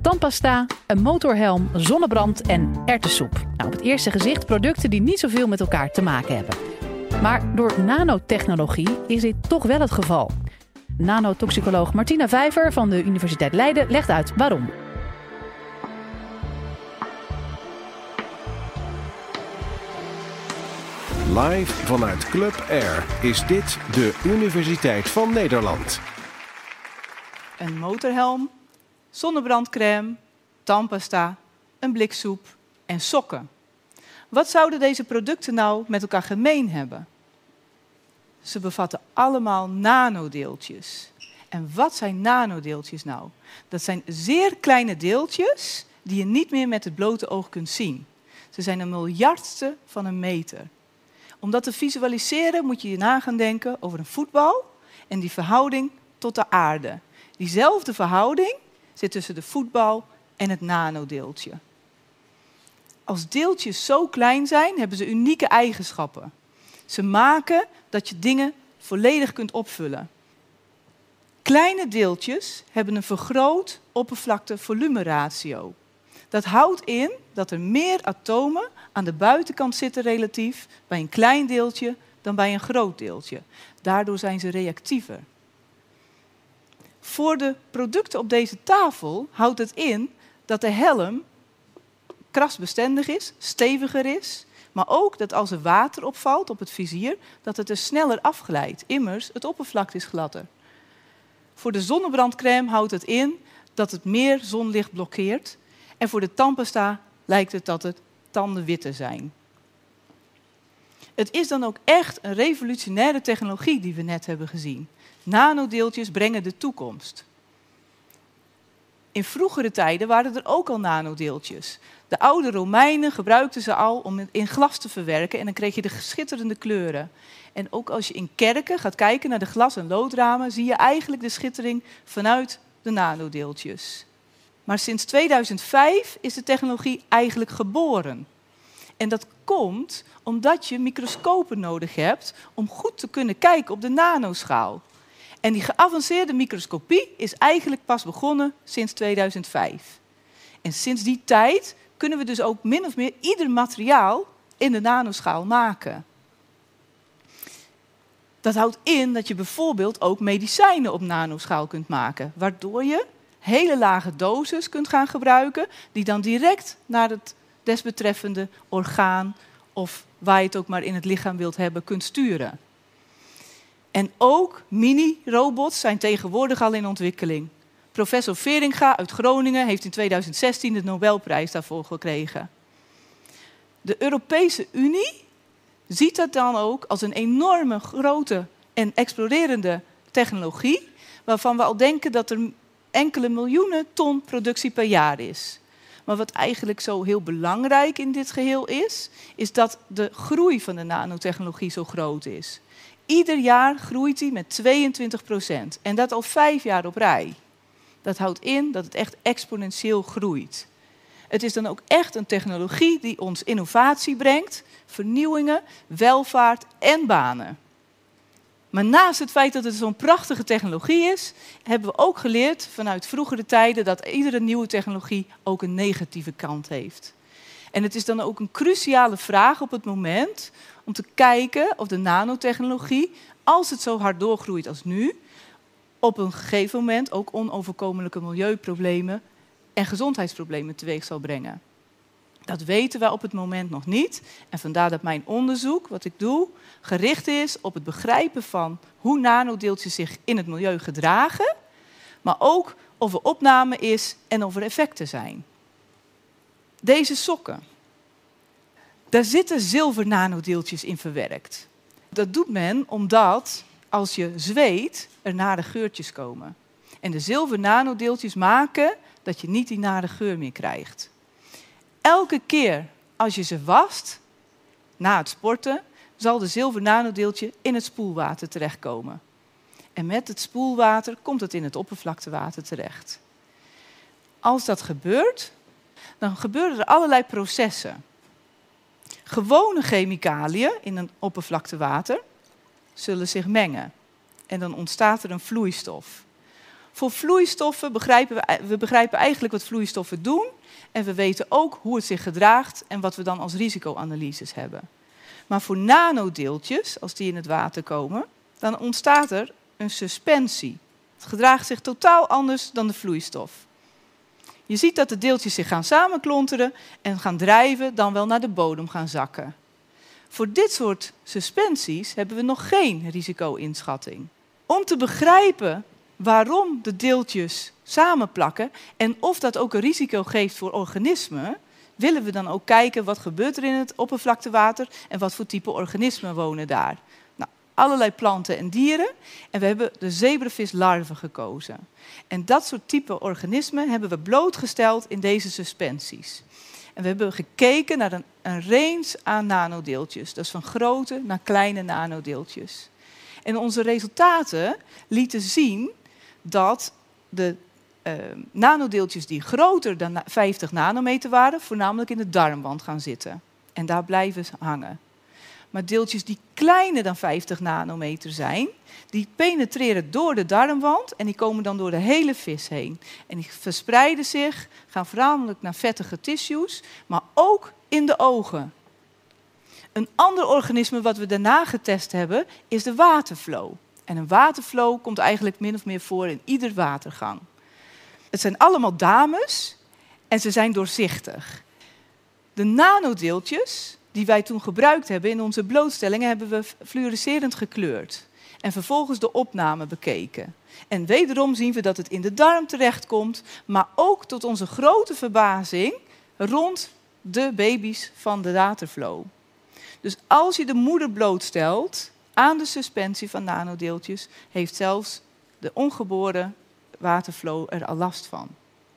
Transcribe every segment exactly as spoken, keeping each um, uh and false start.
tandpasta, een motorhelm, zonnebrand en erwtensoep. Nou, op het eerste gezicht producten die niet zoveel met elkaar te maken hebben. Maar door nanotechnologie is dit toch wel het geval. Nanotoxicoloog Martina Vijver van de Universiteit Leiden legt uit waarom. Live vanuit Club Air is dit de Universiteit van Nederland. Een motorhelm, zonnebrandcrème, tandpasta, een blik soep en sokken. Wat zouden deze producten nou met elkaar gemeen hebben? Ze bevatten allemaal nanodeeltjes. En wat zijn nanodeeltjes nou? Dat zijn zeer kleine deeltjes die je niet meer met het blote oog kunt zien. Ze zijn een miljardste van een meter. Om dat te visualiseren moet je je na gaan denken over een voetbal en die verhouding tot de aarde. Diezelfde verhouding zit tussen de voetbal en het nanodeeltje. Als deeltjes zo klein zijn, hebben ze unieke eigenschappen. Ze maken dat je dingen volledig kunt opvullen. Kleine deeltjes hebben een vergroot oppervlakte-volumeratio. Dat houdt in dat er meer atomen aan de buitenkant zitten relatief bij een klein deeltje dan bij een groot deeltje. Daardoor zijn ze reactiever. Voor de producten op deze tafel houdt het in dat de helm krasbestendig is, steviger is, maar ook dat als er water opvalt op het vizier, dat het er sneller afglijdt. Immers, het oppervlak is gladder. Voor de zonnebrandcrème houdt het in dat het meer zonlicht blokkeert. En voor de tandpasta lijkt het dat het tanden witter zijn. Het is dan ook echt een revolutionaire technologie die we net hebben gezien. Nanodeeltjes brengen de toekomst. In vroegere tijden waren er ook al nanodeeltjes. De oude Romeinen gebruikten ze al om het in glas te verwerken en dan kreeg je de schitterende kleuren. En ook als je in kerken gaat kijken naar de glas- en loodramen, zie je eigenlijk de schittering vanuit de nanodeeltjes. Maar sinds tweeduizend vijf is de technologie eigenlijk geboren. En dat komt omdat je microscopen nodig hebt om goed te kunnen kijken op de nanoschaal. En die geavanceerde microscopie is eigenlijk pas begonnen sinds tweeduizend vijf. En sinds die tijd kunnen we dus ook min of meer ieder materiaal in de nanoschaal maken. Dat houdt in dat je bijvoorbeeld ook medicijnen op nanoschaal kunt maken, waardoor je hele lage doses kunt gaan gebruiken, die dan direct naar het desbetreffende orgaan of waar je het ook maar in het lichaam wilt hebben, kunt sturen. En ook mini-robots zijn tegenwoordig al in ontwikkeling. Professor Veringa uit Groningen heeft in tweeduizend zestien de Nobelprijs daarvoor gekregen. De Europese Unie ziet dat dan ook als een enorme, grote en explorerende technologie, waarvan we al denken dat er enkele miljoenen ton productie per jaar is. Maar wat eigenlijk zo heel belangrijk in dit geheel is, is dat de groei van de nanotechnologie zo groot is. Ieder jaar groeit die met tweeëntwintig procent. En dat al vijf jaar op rij. Dat houdt in dat het echt exponentieel groeit. Het is dan ook echt een technologie die ons innovatie brengt, vernieuwingen, welvaart en banen. Maar naast het feit dat het zo'n prachtige technologie is, hebben we ook geleerd vanuit vroegere tijden dat iedere nieuwe technologie ook een negatieve kant heeft. En het is dan ook een cruciale vraag op het moment om te kijken of de nanotechnologie, als het zo hard doorgroeit als nu, op een gegeven moment ook onoverkomelijke milieuproblemen en gezondheidsproblemen teweeg zal brengen. Dat weten wij op het moment nog niet. En vandaar dat mijn onderzoek, wat ik doe, gericht is op het begrijpen van hoe nanodeeltjes zich in het milieu gedragen, maar ook of er opname is en of er effecten zijn. Deze sokken. Daar zitten zilvernanodeeltjes in verwerkt. Dat doet men omdat als je zweet er nare geurtjes komen. En de zilvernanodeeltjes maken dat je niet die nare geur meer krijgt. Elke keer als je ze wast, na het sporten, zal de zilvernanodeeltje in het spoelwater terechtkomen. En met het spoelwater komt het in het oppervlaktewater terecht. Als dat gebeurt, dan gebeuren er allerlei processen. Gewone chemicaliën in een oppervlaktewater zullen zich mengen. En dan ontstaat er een vloeistof. Voor vloeistoffen begrijpen we, we begrijpen eigenlijk wat vloeistoffen doen. En we weten ook hoe het zich gedraagt en wat we dan als risicoanalyses hebben. Maar voor nanodeeltjes, als die in het water komen, dan ontstaat er een suspensie. Het gedraagt zich totaal anders dan de vloeistof. Je ziet dat de deeltjes zich gaan samenklonteren en gaan drijven, dan wel naar de bodem gaan zakken. Voor dit soort suspensies hebben we nog geen risico-inschatting. Om te begrijpen waarom de deeltjes samenplakken en of dat ook een risico geeft voor organismen, willen we dan ook kijken wat gebeurt er in het oppervlaktewater en wat voor type organismen wonen daar. Nou, allerlei planten en dieren en we hebben de zebravislarven gekozen. En dat soort type organismen hebben we blootgesteld in deze suspensies. En we hebben gekeken naar een, een range aan nanodeeltjes, dus van grote naar kleine nanodeeltjes. En onze resultaten lieten zien dat de uh, nanodeeltjes die groter dan vijftig nanometer waren, voornamelijk in de darmwand gaan zitten. En daar blijven hangen. Maar deeltjes die kleiner dan vijftig nanometer zijn, die penetreren door de darmwand en die komen dan door de hele vis heen. En die verspreiden zich, gaan voornamelijk naar vettige tissues, maar ook in de ogen. Een ander organisme wat we daarna getest hebben, is de waterflow. En een waterflow komt eigenlijk min of meer voor in ieder watergang. Het zijn allemaal dames en ze zijn doorzichtig. De nanodeeltjes die wij toen gebruikt hebben in onze blootstellingen, hebben we fluorescerend gekleurd. En vervolgens de opname bekeken. En wederom zien we dat het in de darm terechtkomt, maar ook tot onze grote verbazing rond de baby's van de waterflow. Dus als je de moeder blootstelt aan de suspensie van nanodeeltjes, heeft zelfs de ongeboren waterflow er al last van.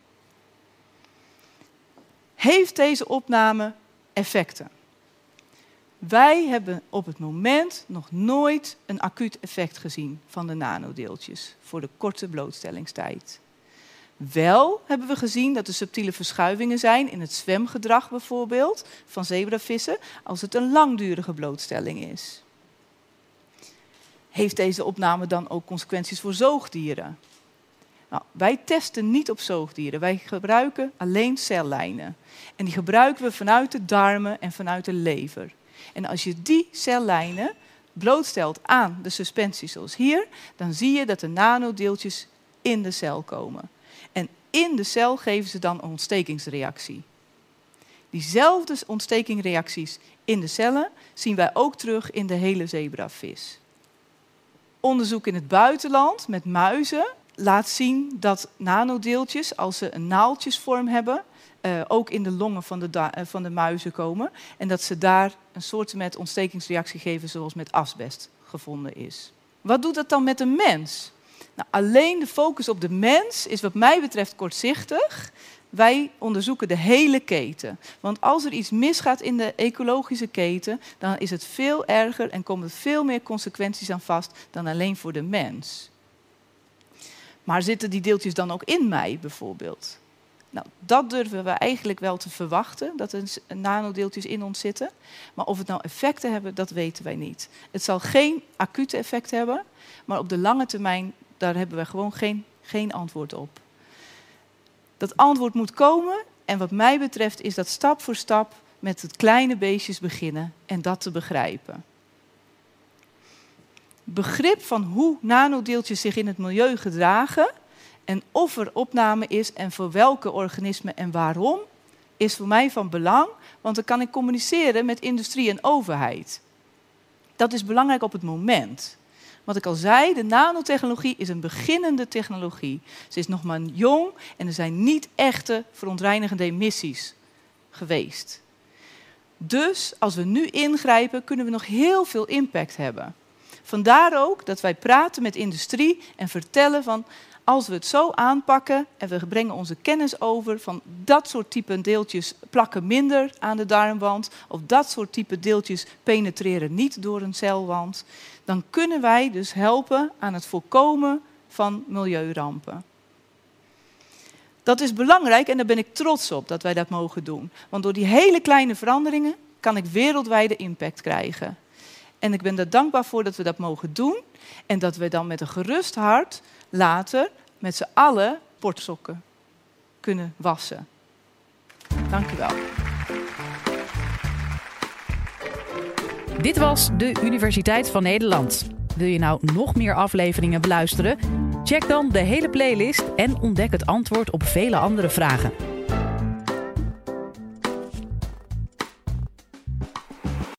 Heeft deze opname effecten? Wij hebben op het moment nog nooit een acuut effect gezien van de nanodeeltjes voor de korte blootstellingstijd. Wel hebben we gezien dat er subtiele verschuivingen zijn in het zwemgedrag bijvoorbeeld van zebravissen als het een langdurige blootstelling is. Heeft deze opname dan ook consequenties voor zoogdieren? Nou, wij testen niet op zoogdieren, wij gebruiken alleen cellijnen. En die gebruiken we vanuit de darmen en vanuit de lever. En als je die cellijnen blootstelt aan de suspensie zoals hier, dan zie je dat de nanodeeltjes in de cel komen. En in de cel geven ze dan een ontstekingsreactie. Diezelfde ontstekingsreacties in de cellen zien wij ook terug in de hele zebravis. Onderzoek in het buitenland met muizen laat zien dat nanodeeltjes, als ze een naaldjesvorm hebben, Uh, ook in de longen van de, da- uh, van de muizen komen. En dat ze daar een soort met ontstekingsreactie geven zoals met asbest gevonden is. Wat doet dat dan met een mens? Nou, alleen de focus op de mens is wat mij betreft kortzichtig. Wij onderzoeken de hele keten. Want als er iets misgaat in de ecologische keten, dan is het veel erger en komen er veel meer consequenties aan vast dan alleen voor de mens. Maar zitten die deeltjes dan ook in mij bijvoorbeeld? Nou, dat durven we eigenlijk wel te verwachten, dat er nanodeeltjes in ons zitten. Maar of het nou effecten hebben, dat weten wij niet. Het zal geen acute effect hebben, maar op de lange termijn, daar hebben we gewoon geen, geen antwoord op. Dat antwoord moet komen en wat mij betreft is dat stap voor stap met het kleine beestjes beginnen en dat te begrijpen. Begrip van hoe nanodeeltjes zich in het milieu gedragen en of er opname is en voor welke organismen en waarom, is voor mij van belang, want dan kan ik communiceren met industrie en overheid. Dat is belangrijk op het moment. Wat ik al zei, de nanotechnologie is een beginnende technologie. Ze is nog maar jong en er zijn niet echte verontreinigende emissies geweest. Dus als we nu ingrijpen, kunnen we nog heel veel impact hebben. Vandaar ook dat wij praten met industrie en vertellen van, als we het zo aanpakken en we brengen onze kennis over van dat soort type deeltjes plakken minder aan de darmwand of dat soort type deeltjes penetreren niet door een celwand, dan kunnen wij dus helpen aan het voorkomen van milieurampen. Dat is belangrijk en daar ben ik trots op dat wij dat mogen doen. Want door die hele kleine veranderingen kan ik wereldwijde impact krijgen. En ik ben er dankbaar voor dat we dat mogen doen en dat we dan met een gerust hart later met z'n allen sportsokken kunnen wassen. Dank u wel. Dit was de Universiteit van Nederland. Wil je nou nog meer afleveringen beluisteren? Check dan de hele playlist en ontdek het antwoord op vele andere vragen.